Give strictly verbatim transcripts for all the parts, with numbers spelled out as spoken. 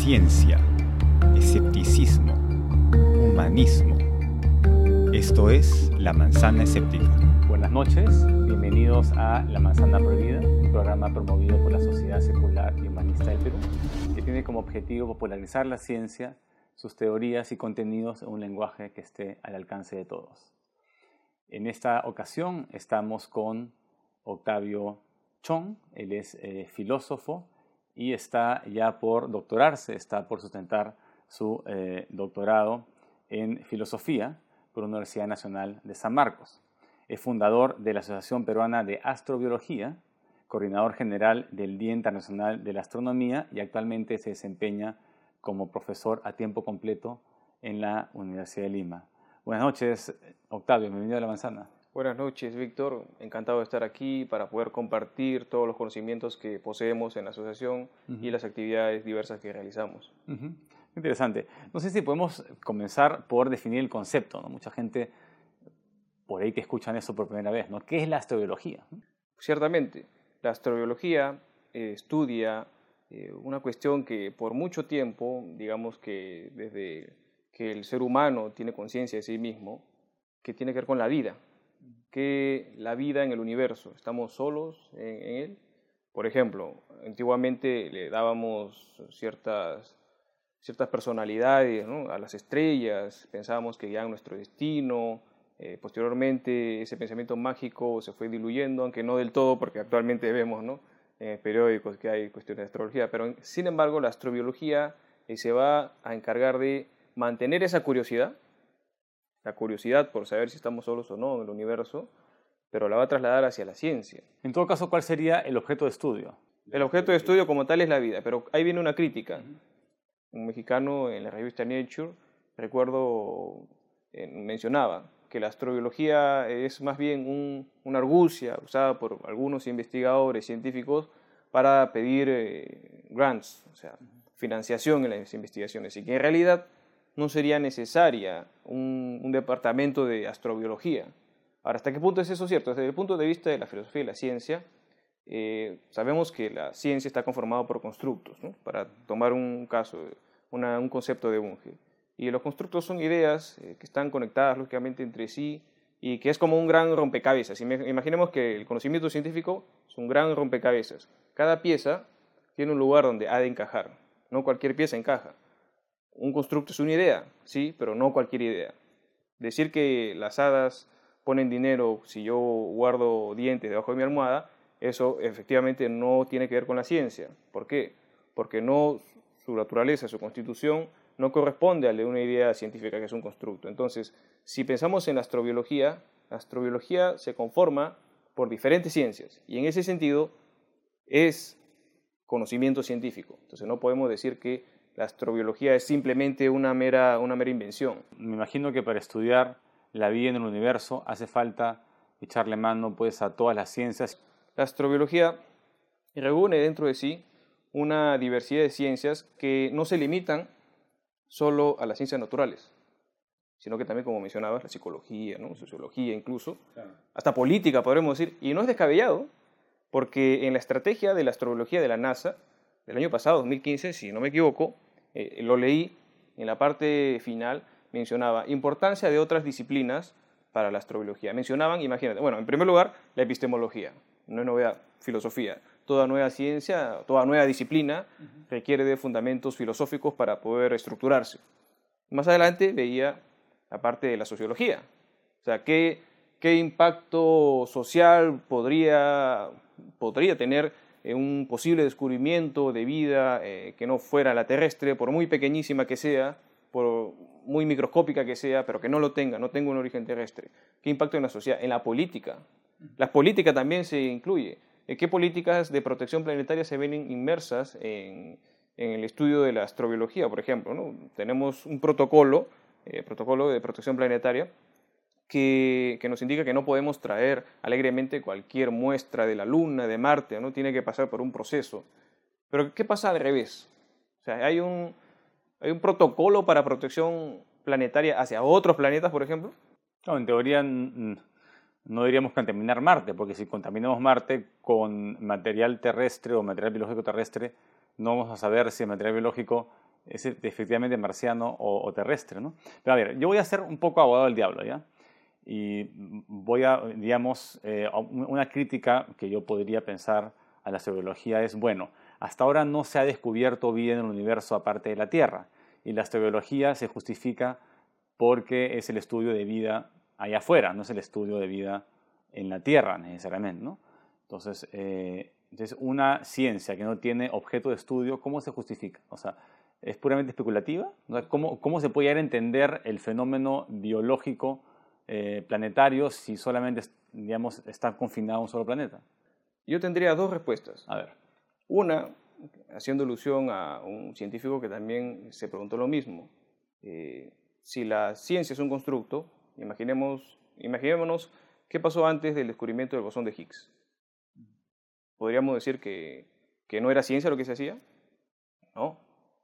ciencia, escepticismo, humanismo. Esto es La Manzana Escéptica. Buenas noches, bienvenidos a La Manzana Prohibida, un programa promovido por la Sociedad Secular y Humanista del Perú, que tiene como objetivo popularizar la ciencia, sus teorías y contenidos en un lenguaje que esté al alcance de todos. En esta ocasión estamos con Octavio Chong, él es eh, filósofo y está ya por doctorarse, está por sustentar su eh, doctorado en filosofía por la Universidad Nacional de San Marcos. Es fundador de la Asociación Peruana de Astrobiología, coordinador general del Día Internacional de la Astronomía y actualmente se desempeña como profesor a tiempo completo en la Universidad de Lima. Buenas noches, Octavio, bienvenido a La Manzana. Buenas noches, Víctor. Encantado de estar aquí para poder compartir todos los conocimientos que poseemos en la asociación uh-huh. y las actividades diversas que realizamos. Uh-huh. Interesante. No sé si podemos comenzar por definir el concepto, ¿no? Mucha gente por ahí que escuchan eso por primera vez, ¿no? ¿Qué es la astrobiología? Ciertamente, la astrobiología eh, estudia eh, una cuestión que por mucho tiempo, digamos que desde que el ser humano tiene conciencia de sí mismo, que tiene que ver con la vida. Que la vida en el universo, ¿estamos solos en, en él? Por ejemplo, antiguamente le dábamos ciertas, ciertas personalidades, ¿no? a las estrellas, pensábamos que guiaban nuestro destino, eh, posteriormente ese pensamiento mágico se fue diluyendo, aunque no del todo, porque actualmente vemos, ¿no? en periódicos que hay cuestiones de astrología, pero sin embargo la astrobiología eh, se va a encargar de mantener esa curiosidad, la curiosidad por saber si estamos solos o no en el universo, pero la va a trasladar hacia la ciencia. En todo caso, ¿cuál sería el objeto de estudio? El objeto de estudio como tal es la vida, pero ahí viene una crítica. Un mexicano en la revista Nature, recuerdo, eh, mencionaba que la astrobiología es más bien un, una argucia usada por algunos investigadores científicos para pedir eh, grants, o sea, financiación en las investigaciones, y que en realidad no sería necesaria un, un departamento de astrobiología. Ahora, ¿hasta qué punto es eso cierto? Desde el punto de vista de la filosofía y la ciencia, eh, sabemos que la ciencia está conformada por constructos, ¿no? Para tomar un caso, una, un concepto de Bunge. Y los constructos son ideas eh, que están conectadas lógicamente entre sí y que es como un gran rompecabezas. Imaginemos que el conocimiento científico es un gran rompecabezas. Cada pieza tiene un lugar donde ha de encajar. No cualquier pieza encaja. Un constructo es una idea, sí, pero no cualquier idea. Decir que las hadas ponen dinero si yo guardo dientes debajo de mi almohada, eso efectivamente no tiene que ver con la ciencia. ¿Por qué? Porque no, su naturaleza, su constitución, no corresponde a la de una idea científica que es un constructo. Entonces, si pensamos en la astrobiología, la astrobiología se conforma por diferentes ciencias y en ese sentido es conocimiento científico. Entonces, no podemos decir que la astrobiología es simplemente una mera, una mera invención. Me imagino que para estudiar la vida en el universo hace falta echarle mano pues, a todas las ciencias. La astrobiología reúne dentro de sí una diversidad de ciencias que no se limitan solo a las ciencias naturales, sino que también, como mencionabas, la psicología, ¿no? Sociología incluso, claro. Hasta política podremos decir, y no es descabellado, porque en la estrategia de la astrobiología de la NASA, del año pasado, dos mil quince, si no me equivoco, eh, lo leí en la parte final, mencionaba importancia de otras disciplinas para la astrobiología. Mencionaban, imagínate, bueno, en primer lugar, la epistemología, no es novedad, filosofía. Toda nueva ciencia, toda nueva disciplina uh-huh. requiere de fundamentos filosóficos para poder estructurarse. Más adelante veía la parte de la sociología, o sea, qué, qué impacto social podría, podría tener un posible descubrimiento de vida eh, que no fuera la terrestre, por muy pequeñísima que sea, por muy microscópica que sea, pero que no lo tenga, no tenga un origen terrestre. ¿Qué impacto en la sociedad? En la política. La política también se incluye. ¿Qué políticas de protección planetaria se ven inmersas en, en el estudio de la astrobiología, por ejemplo, ¿no? Tenemos un protocolo, eh, protocolo de protección planetaria, Que, que nos indica que no podemos traer alegremente cualquier muestra de la Luna, de Marte, ¿no? Tiene que pasar por un proceso. Pero ¿qué pasa al revés? O sea, hay un, hay un protocolo para protección planetaria hacia otros planetas, por ejemplo. No, en teoría no deberíamos contaminar Marte, porque si contaminamos Marte con material terrestre o material biológico terrestre, no vamos a saber si el material biológico es efectivamente marciano o, o terrestre, ¿no? Pero a ver, yo voy a ser un poco abogado del diablo, ¿ya? Y voy a, digamos, eh, una crítica que yo podría pensar a la astrobiología es, bueno, hasta ahora no se ha descubierto vida en el universo aparte de la Tierra, y la astrobiología se justifica porque es el estudio de vida allá afuera, no es el estudio de vida en la Tierra necesariamente, ¿no? Entonces, eh, entonces, una ciencia que no tiene objeto de estudio, ¿cómo se justifica? O sea, ¿es puramente especulativa? ¿Cómo, cómo se puede llegar a entender el fenómeno biológico eh, planetario si solamente, digamos, está confinado a un solo planeta? Yo tendría dos respuestas. A ver. Una, haciendo alusión a un científico que también se preguntó lo mismo. Eh, si la ciencia es un constructo, imaginemos, imaginémonos qué pasó antes del descubrimiento del bosón de Higgs. ¿Podríamos decir que, que no era ciencia lo que se hacía? No.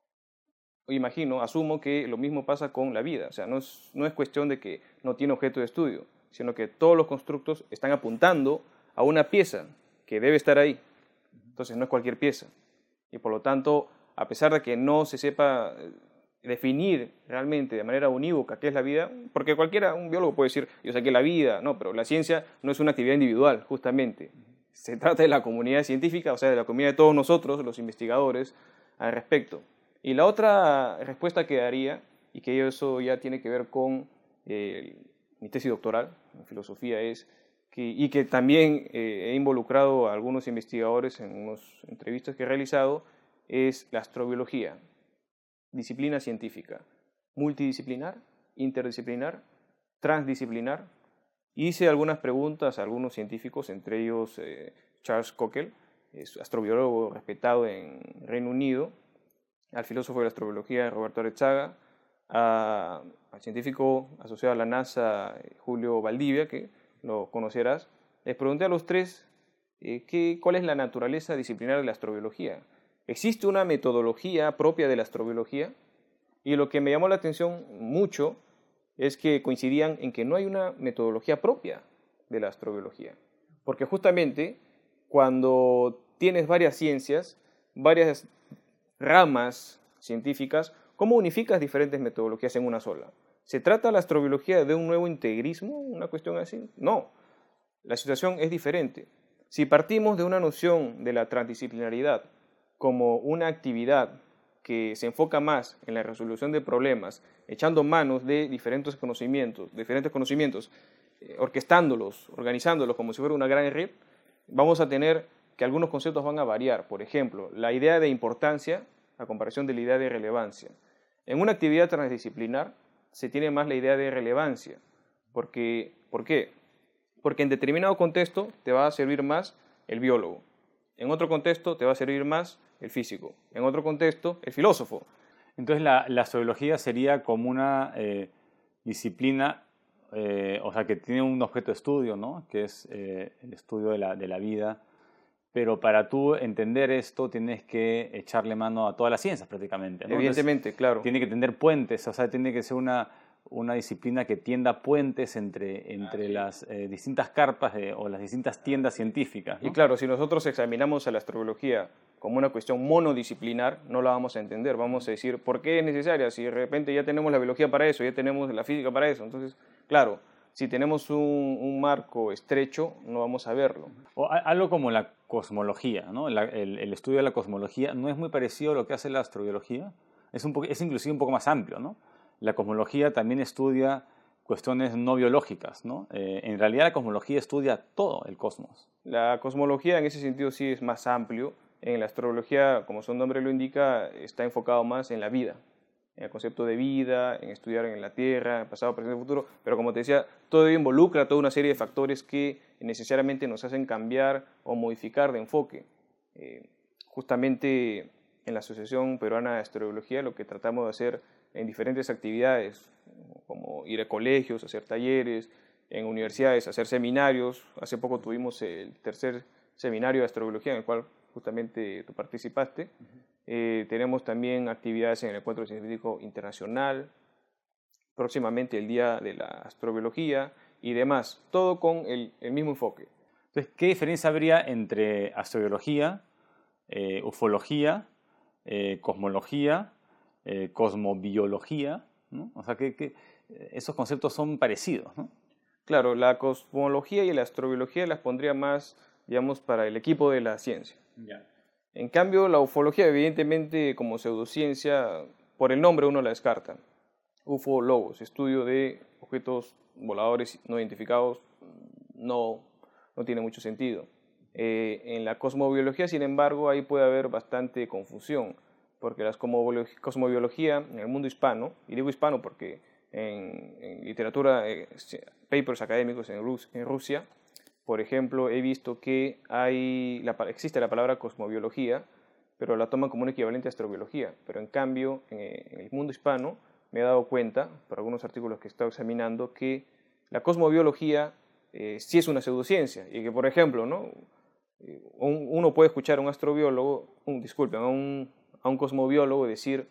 Imagino, asumo que lo mismo pasa con la vida. O sea, no es, no es cuestión de que no tiene objeto de estudio, sino que todos los constructos están apuntando a una pieza que debe estar ahí. Entonces no es cualquier pieza. Y por lo tanto, a pesar de que no se sepa definir realmente de manera unívoca qué es la vida, porque cualquiera, un biólogo puede decir, yo sé que la vida, no, pero la ciencia no es una actividad individual, justamente. Se trata de la comunidad científica, o sea, de la comunidad de todos nosotros, los investigadores, al respecto. Y la otra respuesta que daría, y que eso ya tiene que ver con eh, mi tesis doctoral en filosofía, es que, y que también eh, he involucrado a algunos investigadores en unas entrevistas que he realizado, es la astrobiología, disciplina científica, multidisciplinar, interdisciplinar, transdisciplinar. Hice algunas preguntas a algunos científicos, entre ellos eh, Charles Cockell, es astrobiólogo respetado en Reino Unido, al filósofo de la astrobiología Roberto Arechaga, a, al científico asociado a la NASA Julio Valdivia, que lo conocerás. Les pregunté a los tres eh, qué, cuál es la naturaleza disciplinar de la astrobiología. ¿Existe una metodología propia de la astrobiología? Y lo que me llamó la atención mucho es que coincidían en que no hay una metodología propia de la astrobiología. Porque justamente cuando tienes varias ciencias, varias ramas científicas, ¿cómo unificas diferentes metodologías en una sola? ¿Se trata la astrobiología de un nuevo integrismo, una cuestión así? No, la situación es diferente. Si partimos de una noción de la transdisciplinaridad como una actividad que se enfoca más en la resolución de problemas, echando manos de diferentes conocimientos, diferentes conocimientos, eh, orquestándolos, organizándolos como si fuera una gran red, vamos a tener que algunos conceptos van a variar. Por ejemplo, la idea de importancia a comparación de la idea de relevancia. En una actividad transdisciplinar se tiene más la idea de relevancia. Porque, ¿por qué? Porque en determinado contexto te va a servir más el biólogo. En otro contexto te va a servir más el físico. En otro contexto, el filósofo. Entonces la, la astrobiología sería como una eh, disciplina, eh, o sea, que tiene un objeto de estudio, ¿no? Que es eh, el estudio de la, de la vida. Pero para tú entender esto tienes que echarle mano a todas las ciencias prácticamente, ¿no? Evidentemente, Entonces, claro. Tiene que tender puentes, o sea, tiene que ser una, una disciplina que tienda puentes entre, entre Ah, las eh, distintas carpas de, o las distintas tiendas científicas, ¿no? Y claro, si nosotros examinamos a la astrobiología como una cuestión monodisciplinar, no la vamos a entender. Vamos a decir, ¿por qué es necesaria? Si de repente ya tenemos la biología para eso, ya tenemos la física para eso. Entonces, claro, si tenemos un, un marco estrecho, no vamos a verlo. O a- algo como la cosmología, ¿no? La- el, el estudio de la cosmología no es muy parecido a lo que hace la astrobiología. Es, un po- es inclusive un poco más amplio, ¿no? La cosmología también estudia cuestiones no biológicas, ¿no? Eh, en realidad la cosmología estudia todo el cosmos. La cosmología en ese sentido sí es más amplio. En la astrobiología, como su nombre lo indica, está enfocado más en la vida, en el concepto de vida, en estudiar en la Tierra, pasado, presente, futuro. Pero como te decía, todo ello involucra toda una serie de factores que necesariamente nos hacen cambiar o modificar de enfoque. Eh, justamente en la Asociación Peruana de Astrobiología lo que tratamos de hacer en diferentes actividades, como ir a colegios, hacer talleres, en universidades, hacer seminarios. Hace poco tuvimos el tercer seminario de astrobiología en el cual justamente tú participaste. Uh-huh. eh, tenemos también actividades en el Encuentro Científico Internacional, próximamente el Día de la Astrobiología y demás, todo con el, el mismo enfoque. Entonces, ¿qué diferencia habría entre astrobiología, eh, ufología, eh, cosmología eh, cosmobiología, ¿no? O sea, que, que esos conceptos son parecidos, ¿no? Claro, la cosmología y la astrobiología las pondría más, digamos, para el equipo de la ciencia. Ya. En cambio, la ufología, evidentemente, como pseudociencia, por el nombre uno la descarta. Ufólogos, estudio de objetos voladores no identificados, no, no tiene mucho sentido. Eh, en la cosmobiología, sin embargo, ahí puede haber bastante confusión, porque la cosmobiología en el mundo hispano, y digo hispano porque en, en literatura, eh, papers académicos en, Rus, en Rusia, por ejemplo, he visto que hay la, existe la palabra cosmobiología, pero la toman como un equivalente a astrobiología. Pero en cambio, en, en el mundo hispano, me he dado cuenta, por algunos artículos que he estado examinando, que la cosmobiología eh, sí es una pseudociencia. Y que, por ejemplo, ¿no? un, uno puede escuchar a un astrobiólogo, un, disculpen, a un, a un cosmobiólogo decir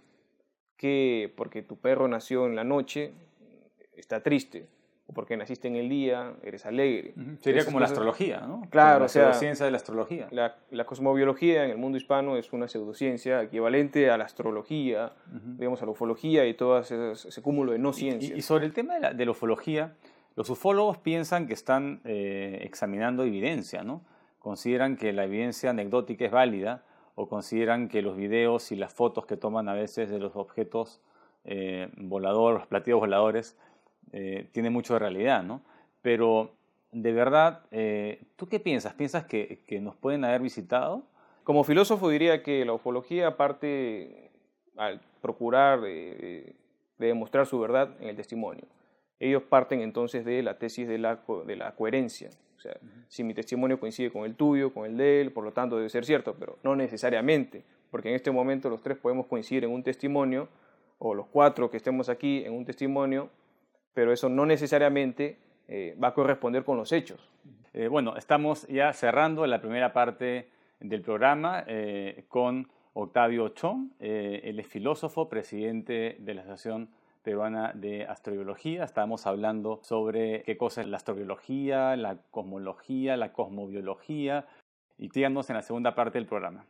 que porque tu perro nació en la noche, está triste. O porque naciste en el día, eres alegre. Uh-huh. Sería como cosas... la astrología, ¿no? Claro, la o sea, pseudociencia de la astrología. La, la cosmobiología en el mundo hispano es una pseudociencia equivalente a la astrología, uh-huh. digamos, a la ufología y todo ese, ese cúmulo de no ciencias. Y, y sobre el tema de la, de la ufología, los ufólogos piensan que están eh, examinando evidencia, ¿no? Consideran que la evidencia anecdótica es válida o consideran que los videos y las fotos que toman a veces de los objetos eh, voladores, los platillos voladores, Eh, tiene mucho de realidad, ¿no? Pero, de verdad, eh, ¿tú qué piensas? ¿Piensas que, que nos pueden haber visitado? Como filósofo diría que la ufología, aparte, al procurar de, de demostrar su verdad en el testimonio, ellos parten entonces de la tesis de la, de la coherencia. O sea, uh-huh. si mi testimonio coincide con el tuyo, con el de él, por lo tanto debe ser cierto, pero no necesariamente, porque en este momento los tres podemos coincidir en un testimonio, o los cuatro que estemos aquí en un testimonio, pero eso no necesariamente eh, va a corresponder con los hechos. Eh, bueno, estamos ya cerrando la primera parte del programa eh, con Octavio Chong. Eh, él es filósofo, presidente de la Asociación Peruana de Astrobiología. Estábamos hablando sobre qué cosa es la astrobiología, la cosmología, la cosmobiología. Y síganos en la segunda parte del programa.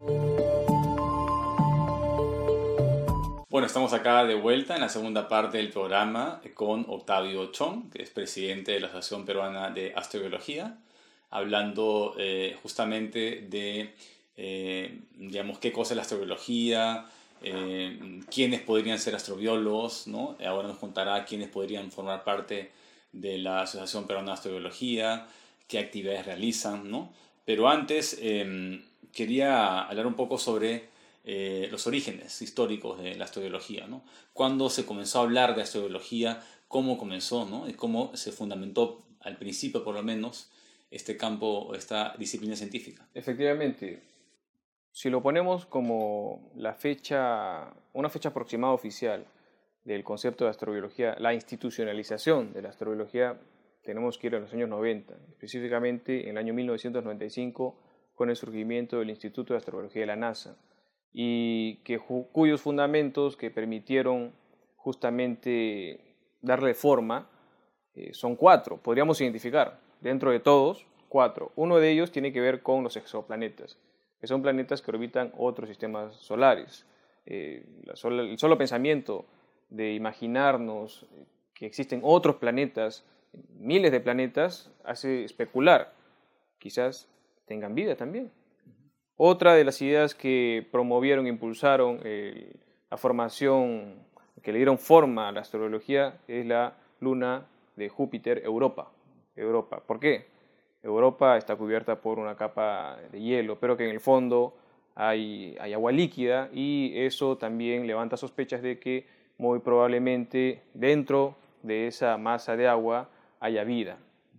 Bueno, estamos acá de vuelta en la segunda parte del programa con Octavio Chong, que es presidente de la Asociación Peruana de Astrobiología, hablando eh, justamente de, eh, digamos, qué cosa es la astrobiología, eh, quiénes podrían ser astrobiólogos, ¿no? Ahora nos contará quiénes podrían formar parte de la Asociación Peruana de Astrobiología, qué actividades realizan, ¿no? Pero antes eh, quería hablar un poco sobre Eh, los orígenes históricos de la astrobiología, ¿no? Cuándo se comenzó a hablar de astrobiología, cómo comenzó, ¿no? Y cómo se fundamentó al principio, por lo menos, este campo, esta disciplina científica. Efectivamente, si lo ponemos como la fecha, una fecha aproximada oficial del concepto de astrobiología, la institucionalización de la astrobiología, tenemos que ir a los años noventa, específicamente en el año mil novecientos noventa y cinco, con el surgimiento del Instituto de Astrobiología de la NASA, y que, cuyos fundamentos que permitieron justamente darle forma eh, son cuatro, podríamos identificar, dentro de todos, cuatro. Uno de ellos tiene que ver con los exoplanetas, que son planetas que orbitan otros sistemas solares. Eh, la sola, el solo pensamiento de imaginarnos que existen otros planetas, miles de planetas, hace especular, quizás tengan vida también. Otra de las ideas que promovieron e impulsaron eh, la formación, que le dieron forma a la astrobiología, es la luna de Júpiter, Europa. Europa. ¿Por qué? Europa está cubierta por una capa de hielo, pero que en el fondo hay, hay agua líquida, y eso también levanta sospechas de que muy probablemente dentro de esa masa de agua haya vida.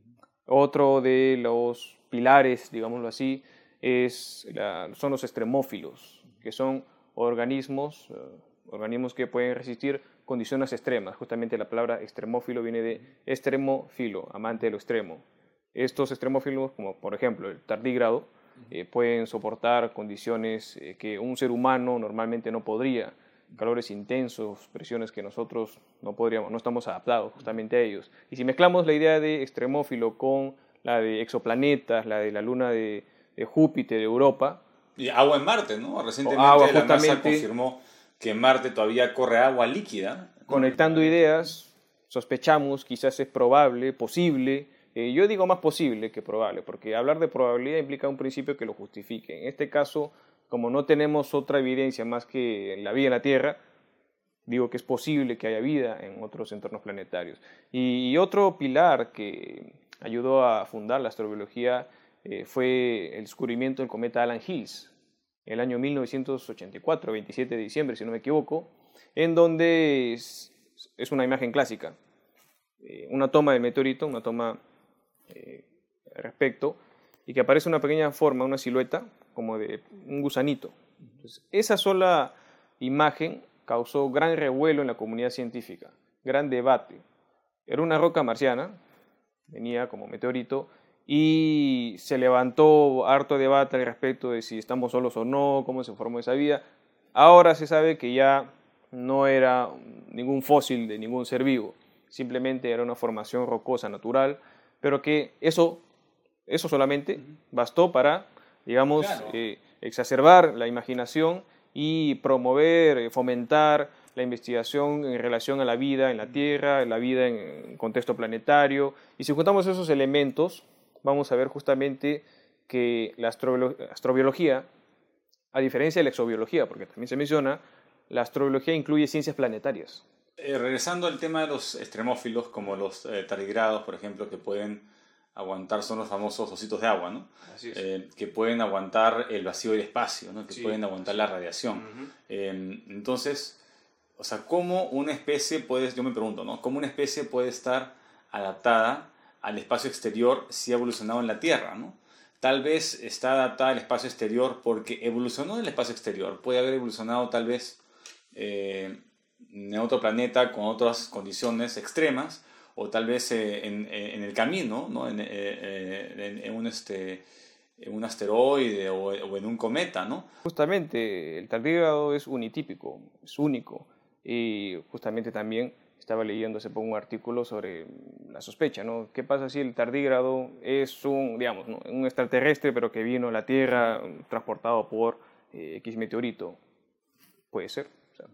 Otro de los pilares, digámoslo así, Es la, son los extremófilos, que son organismos, uh, organismos que pueden resistir condiciones extremas. Justamente la palabra extremófilo viene de extremófilo, amante de lo extremo. Estos extremófilos, como por ejemplo el tardígrado, eh, pueden soportar condiciones eh, que un ser humano normalmente no podría, calores intensos, presiones que nosotros no podríamos, no estamos adaptados justamente a ellos. Y si mezclamos la idea de extremófilo con la de exoplanetas, la de la luna de de Júpiter, de Europa. Y agua en Marte, ¿no? Recientemente agua, la NASA confirmó que en Marte todavía corre agua líquida. Conectando ideas, sospechamos, quizás es probable, posible. Eh, yo digo más posible que probable, porque hablar de probabilidad implica un principio que lo justifique. En este caso, como no tenemos otra evidencia más que la vida en la Tierra, digo que es posible que haya vida en otros entornos planetarios. Y, y otro pilar que ayudó a fundar la astrobiología eh, fue el descubrimiento del cometa Alan Hills, en el año mil novecientos ochenta y cuatro, veintisiete de diciembre, si no me equivoco, en donde es, es una imagen clásica, eh, una toma del meteorito, una toma eh, al respecto, y que aparece una pequeña forma, una silueta, como de un gusanito. Entonces, esa sola imagen causó gran revuelo en la comunidad científica, gran debate. Era una roca marciana, venía como meteorito, y se levantó harto debate al respecto de si estamos solos o no, cómo se formó esa vida. Ahora se sabe que ya no era ningún fósil de ningún ser vivo, simplemente era una formación rocosa natural, pero que eso, eso solamente bastó para, digamos, Claro. eh, exacerbar la imaginación y promover, eh, fomentar la investigación en relación a la vida en la Tierra, la vida en contexto planetario. Y si juntamos esos elementos, vamos a ver justamente que la astrobiolo- astrobiología, a diferencia de la exobiología, porque también se menciona, la astrobiología incluye ciencias planetarias. Eh, regresando al tema de los extremófilos, como los eh, tardigrados, por ejemplo, que pueden aguantar, son los famosos ositos de agua, ¿no? Así es. Eh, que pueden aguantar el vacío del espacio, ¿no? Que Sí. pueden aguantar la radiación. Ujú. Eh, entonces, o sea, ¿cómo una especie puede, yo me pregunto, ¿no? ¿Cómo una especie puede estar adaptada al espacio exterior si ha evolucionado en la Tierra, ¿no? Tal vez está adaptada al espacio exterior porque evolucionó en el espacio exterior. Puede haber evolucionado tal vez eh, en otro planeta con otras condiciones extremas, o tal vez eh, en, en el camino, ¿no? en, eh, en, en, un, este, en un asteroide o, o en un cometa, ¿no? Justamente, el tardígrado es unitípico, es único. Y justamente también estaba leyendo hace poco un artículo sobre la sospecha, ¿no? ¿Qué pasa si el tardígrado es un, digamos, ¿no? un extraterrestre, pero que vino a la Tierra transportado por eh, X meteorito? Puede ser. O sea,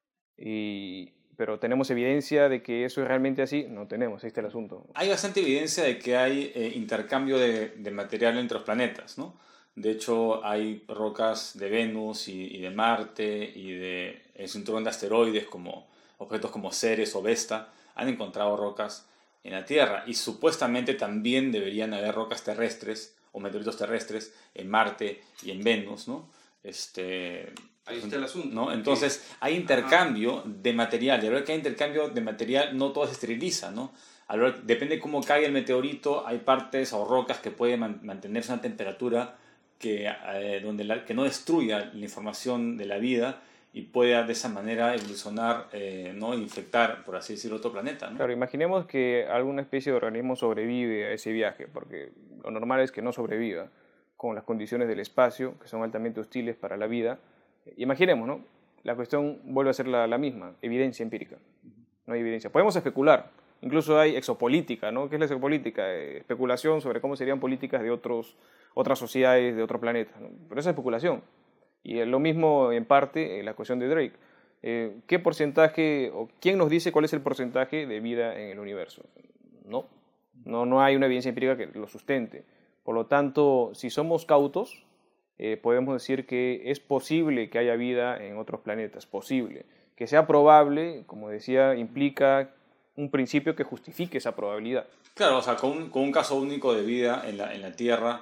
y, pero ¿tenemos evidencia de que eso es realmente así? No tenemos, ahí está el asunto. Hay bastante evidencia de que hay eh, intercambio de, de material entre los planetas, ¿no? De hecho, hay rocas de Venus y, y de Marte y de el cinturón de asteroides, como objetos como Ceres o Vesta, han encontrado rocas en la Tierra. Y supuestamente también deberían haber rocas terrestres o meteoritos terrestres en Marte y en Venus, ¿no? Este, Ahí está el asunto. ¿no? Entonces, hay intercambio de material. Y a la hora que hay intercambio de material, no todo se esteriliza, ¿no? A la hora- depende cómo caiga el meteorito, hay partes o rocas que pueden man- mantenerse a una temperatura que, eh, donde la- que no destruya la información de la vida y pueda de esa manera evolucionar, eh, ¿no? Infectar, por así decirlo, otro planeta, ¿no? Claro, imaginemos que alguna especie de organismo sobrevive a ese viaje, porque lo normal es que no sobreviva con las condiciones del espacio, que son altamente hostiles para la vida. Imaginemos, ¿no? La cuestión vuelve a ser la, la misma, evidencia empírica. No hay evidencia. Podemos especular, incluso hay exopolítica, ¿no? ¿Qué es la exopolítica? Eh, especulación sobre cómo serían políticas de otros, otras sociedades de otro planeta, ¿no? Pero esa es especulación. Y es lo mismo en parte en la cuestión de Drake. Eh, ¿Qué porcentaje, o quién nos dice cuál es el porcentaje de vida en el universo? No, no, no hay una evidencia empírica que lo sustente. Por lo tanto, si somos cautos, eh, podemos decir que es posible que haya vida en otros planetas, posible. Que sea probable, como decía, implica un principio que justifique esa probabilidad. Claro, o sea, con un, con un caso único de vida en la, en la Tierra,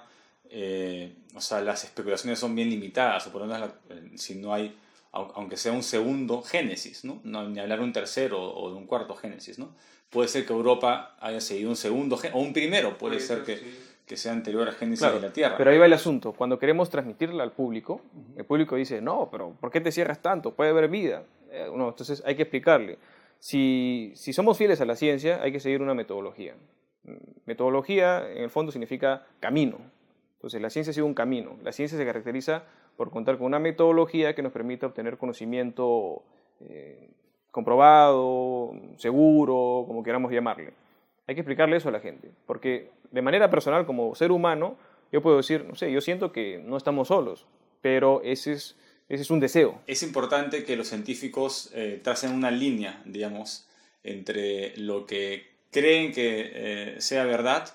eh, o sea, las especulaciones son bien limitadas, o por lo menos la- eh, si no hay, au- aunque sea un segundo génesis, ¿no? No, ni hablar de un tercero o de un cuarto génesis, ¿no? Puede ser que Europa haya seguido un segundo génesis, o un primero, puede, ser que, que sea anterior al génesis Claro, de la Tierra. pero ahí va el asunto. Cuando queremos transmitirla al público, el público dice, no, pero ¿por qué te cierras tanto? Puede haber vida. Eh, no, entonces hay que explicarle. Si, si somos fieles a la ciencia, hay que seguir una metodología. Mm, Metodología, en el fondo, significa camino. Entonces, la ciencia sigue un camino. La ciencia se caracteriza por contar con una metodología que nos permita obtener conocimiento eh, comprobado, seguro, como queramos llamarle. Hay que explicarle eso a la gente, porque de manera personal, como ser humano, yo puedo decir, no sé, yo siento que no estamos solos, pero ese es ese es un deseo. Es importante que los científicos eh, tracen una línea, digamos, entre lo que creen que eh, sea verdad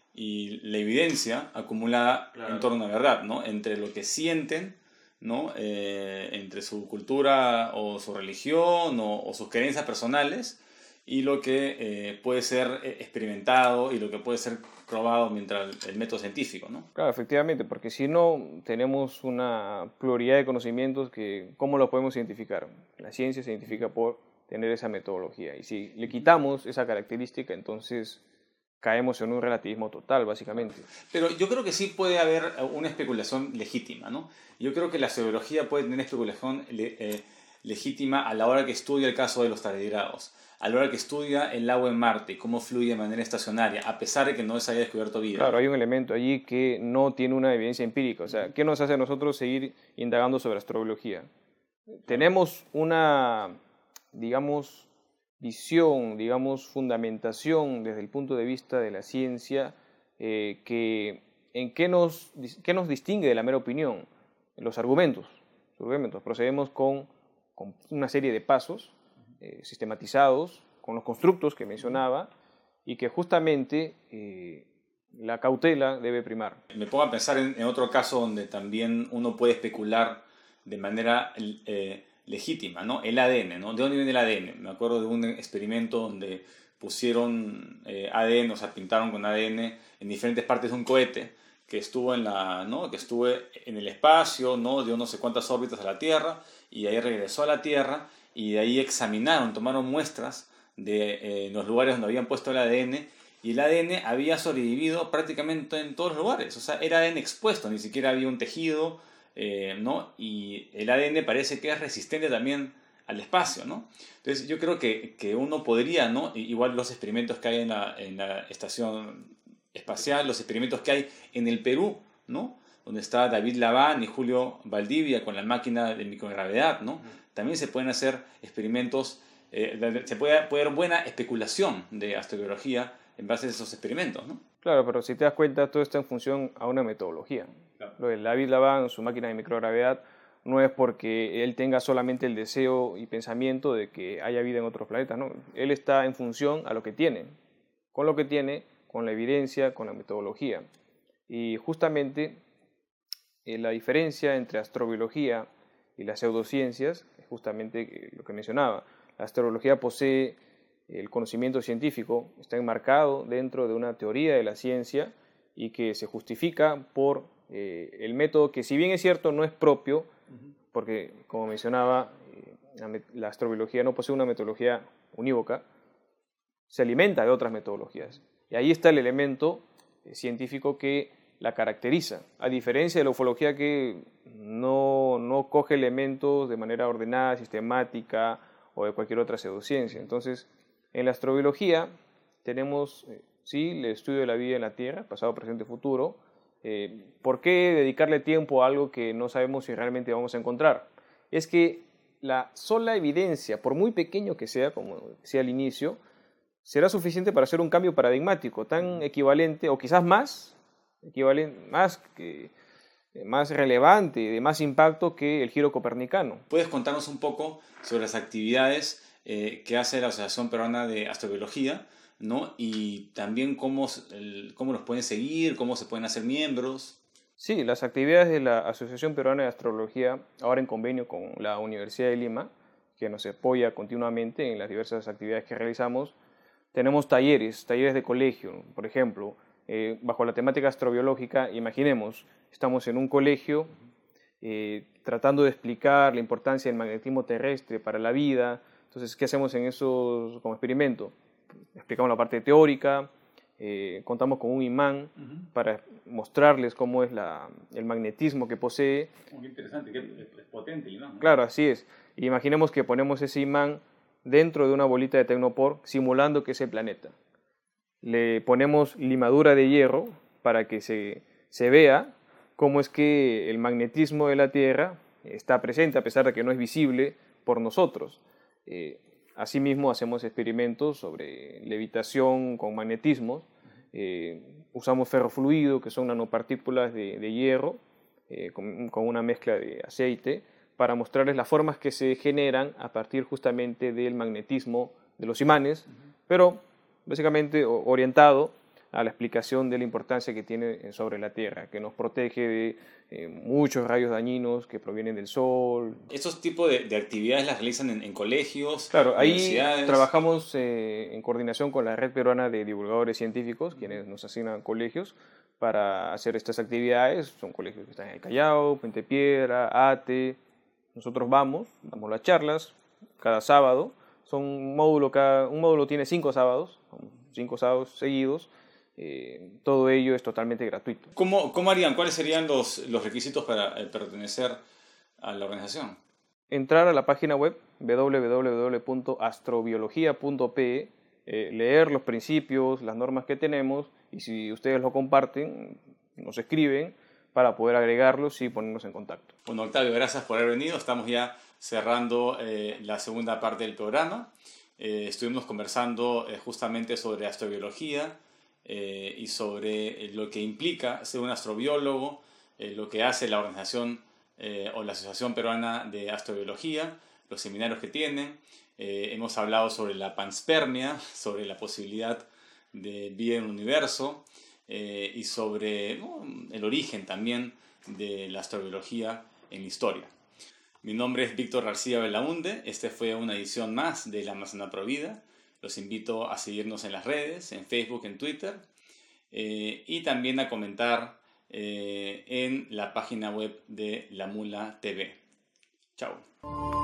y la evidencia acumulada claro. en torno a la verdad, ¿no? Entre lo que sienten, ¿no? Eh, entre su cultura o su religión o, o sus creencias personales y lo que eh, puede ser experimentado y lo que puede ser probado mientras el, el método científico, ¿no? Claro, efectivamente, porque si no tenemos una pluralidad de conocimientos que ¿cómo lo podemos identificar? La ciencia se identifica por tener esa metodología y si le quitamos esa característica, entonces caemos en un relativismo total, básicamente. Pero yo creo que sí puede haber una especulación legítima, ¿no? Yo creo que la sociología puede tener especulación le, eh, legítima a la hora que estudia el caso de los tardigrados, a la hora que estudia el agua en Marte y cómo fluye de manera estacionaria, a pesar de que no se haya descubierto vida. Claro, hay un elemento allí que no tiene una evidencia empírica. O sea, ¿qué nos hace a nosotros seguir indagando sobre astrobiología? Tenemos una, digamos, visión, digamos, fundamentación desde el punto de vista de la ciencia, eh, que en qué nos, qué nos distingue de la mera opinión, los argumentos. Los argumentos. Procedemos con, con una serie de pasos eh, sistematizados, con los constructos que mencionaba, y que justamente eh, la cautela debe primar. Me pongo a pensar en, en otro caso donde también uno puede especular de manera eh, legítima, ¿no? El A D N, ¿no? ¿De dónde viene el A D N? Me acuerdo de un experimento donde pusieron eh, A D N, o sea, pintaron con A D N en diferentes partes de un cohete que estuvo en, la, ¿no? que estuvo en el espacio, ¿no? Dio no sé cuántas órbitas a la Tierra y ahí regresó a la Tierra y de ahí examinaron, tomaron muestras de eh, los lugares donde habían puesto el A D N y el A D N había sobrevivido prácticamente en todos los lugares, o sea, era A D N expuesto, ni siquiera había un tejido, eh, ¿no? Y el A D N parece que es resistente también al espacio, ¿no? Entonces yo creo que, que uno podría, ¿no? Igual los experimentos que hay en la, en la estación espacial, los experimentos que hay en el Perú, ¿no? Donde está David Laván y Julio Valdivia con la máquina de microgravedad, ¿no? También se pueden hacer experimentos, eh, se puede, puede haber buena especulación de astrobiología en base a esos experimentos, ¿no? Claro, pero si te das cuenta, todo está en función a una metodología. Claro. Lo de David Laván, su máquina de microgravedad, no es porque él tenga solamente el deseo y pensamiento de que haya vida en otros planetas, ¿no? Él está en función a lo que tiene, con lo que tiene, con la evidencia, con la metodología. Y justamente eh, la diferencia entre astrobiología y las pseudociencias es justamente lo que mencionaba. La astrobiología posee el conocimiento científico, está enmarcado dentro de una teoría de la ciencia y que se justifica por eh, el método que, si bien es cierto, no es propio, porque, como mencionaba, eh, la, la astrobiología no posee una metodología unívoca, se alimenta de otras metodologías. Y ahí está el elemento eh, científico que la caracteriza, a diferencia de la ufología que no, no coge elementos de manera ordenada, sistemática o de cualquier otra pseudociencia. Entonces, en la astrobiología tenemos, eh, sí, el estudio de la vida en la Tierra, pasado, presente, futuro. Eh, ¿Por qué dedicarle tiempo a algo que no sabemos si realmente vamos a encontrar? Es que la sola evidencia, por muy pequeño que sea, como decía al inicio, será suficiente para hacer un cambio paradigmático tan equivalente, o quizás más, equivalente, más, que, más relevante, de más impacto que el giro copernicano. ¿Puedes contarnos un poco sobre las actividades eh, que hace la Asociación Peruana de Astrobiología, ¿no? Y también cómo, el, cómo los pueden seguir, cómo se pueden hacer miembros? Sí, las actividades de la Asociación Peruana de Astrología, ahora en convenio con la Universidad de Lima, que nos apoya continuamente en las diversas actividades que realizamos. Tenemos talleres, talleres de colegio, por ejemplo, eh, bajo la temática astrobiológica. Imaginemos, estamos en un colegio eh, tratando de explicar la importancia del magnetismo terrestre para la vida. Entonces, ¿qué hacemos en eso como experimento? Explicamos la parte teórica, eh, contamos con un imán uh-huh. para mostrarles cómo es la, el magnetismo que posee. Oh, qué interesante, qué es potente el imán, ¿no? Claro, así es. Imaginemos que ponemos ese imán dentro de una bolita de tecnopor, simulando que es el planeta. Le ponemos limadura de hierro para que se, se vea cómo es que el magnetismo de la Tierra está presente, a pesar de que no es visible por nosotros. Eh, asimismo, hacemos experimentos sobre levitación con magnetismos. Eh, usamos ferrofluido, que son nanopartículas de, de hierro, eh, con, con una mezcla de aceite, para mostrarles las formas que se generan a partir justamente del magnetismo de los imanes, uh-huh. pero básicamente orientado a la explicación de la importancia que tiene sobre la Tierra, que nos protege de eh, muchos rayos dañinos que provienen del Sol. ¿Estos tipos de, de actividades las realizan en, en colegios, claro, universidades? Ahí trabajamos eh, en coordinación con la Red Peruana de Divulgadores Científicos, quienes nos asignan colegios para hacer estas actividades. Son colegios que están en el Callao, Puente Piedra, Ate. Nosotros vamos, damos las charlas cada sábado. Son un módulo, cada, un módulo tiene cinco sábados, cinco sábados seguidos. Eh, todo ello es totalmente gratuito. ¿Cómo, cómo harían? ¿Cuáles serían los, los requisitos para eh, pertenecer a la organización? Entrar a la página web doble u doble u doble u punto astrobiología punto pe, eh, leer los principios, las normas que tenemos, y si ustedes lo comparten, nos escriben para poder agregarlos y ponernos en contacto. Bueno, Octavio, gracias por haber venido. Estamos ya cerrando eh, la segunda parte del programa. Eh, estuvimos conversando eh, justamente sobre astrobiología, Eh, y sobre lo que implica ser un astrobiólogo, eh, lo que hace la organización eh, o la Asociación Peruana de Astrobiología, los seminarios que tienen. Eh, hemos hablado sobre la panspermia, sobre la posibilidad de vida en el universo eh, y sobre ¿no? el origen también de la astrobiología en la historia. Mi nombre es Víctor García Belaunde. Esta fue una edición más de La Manzana Provida. Los invito a seguirnos en las redes, en Facebook, en Twitter, eh, y también a comentar eh, en la página web de La Mula T V. Chao.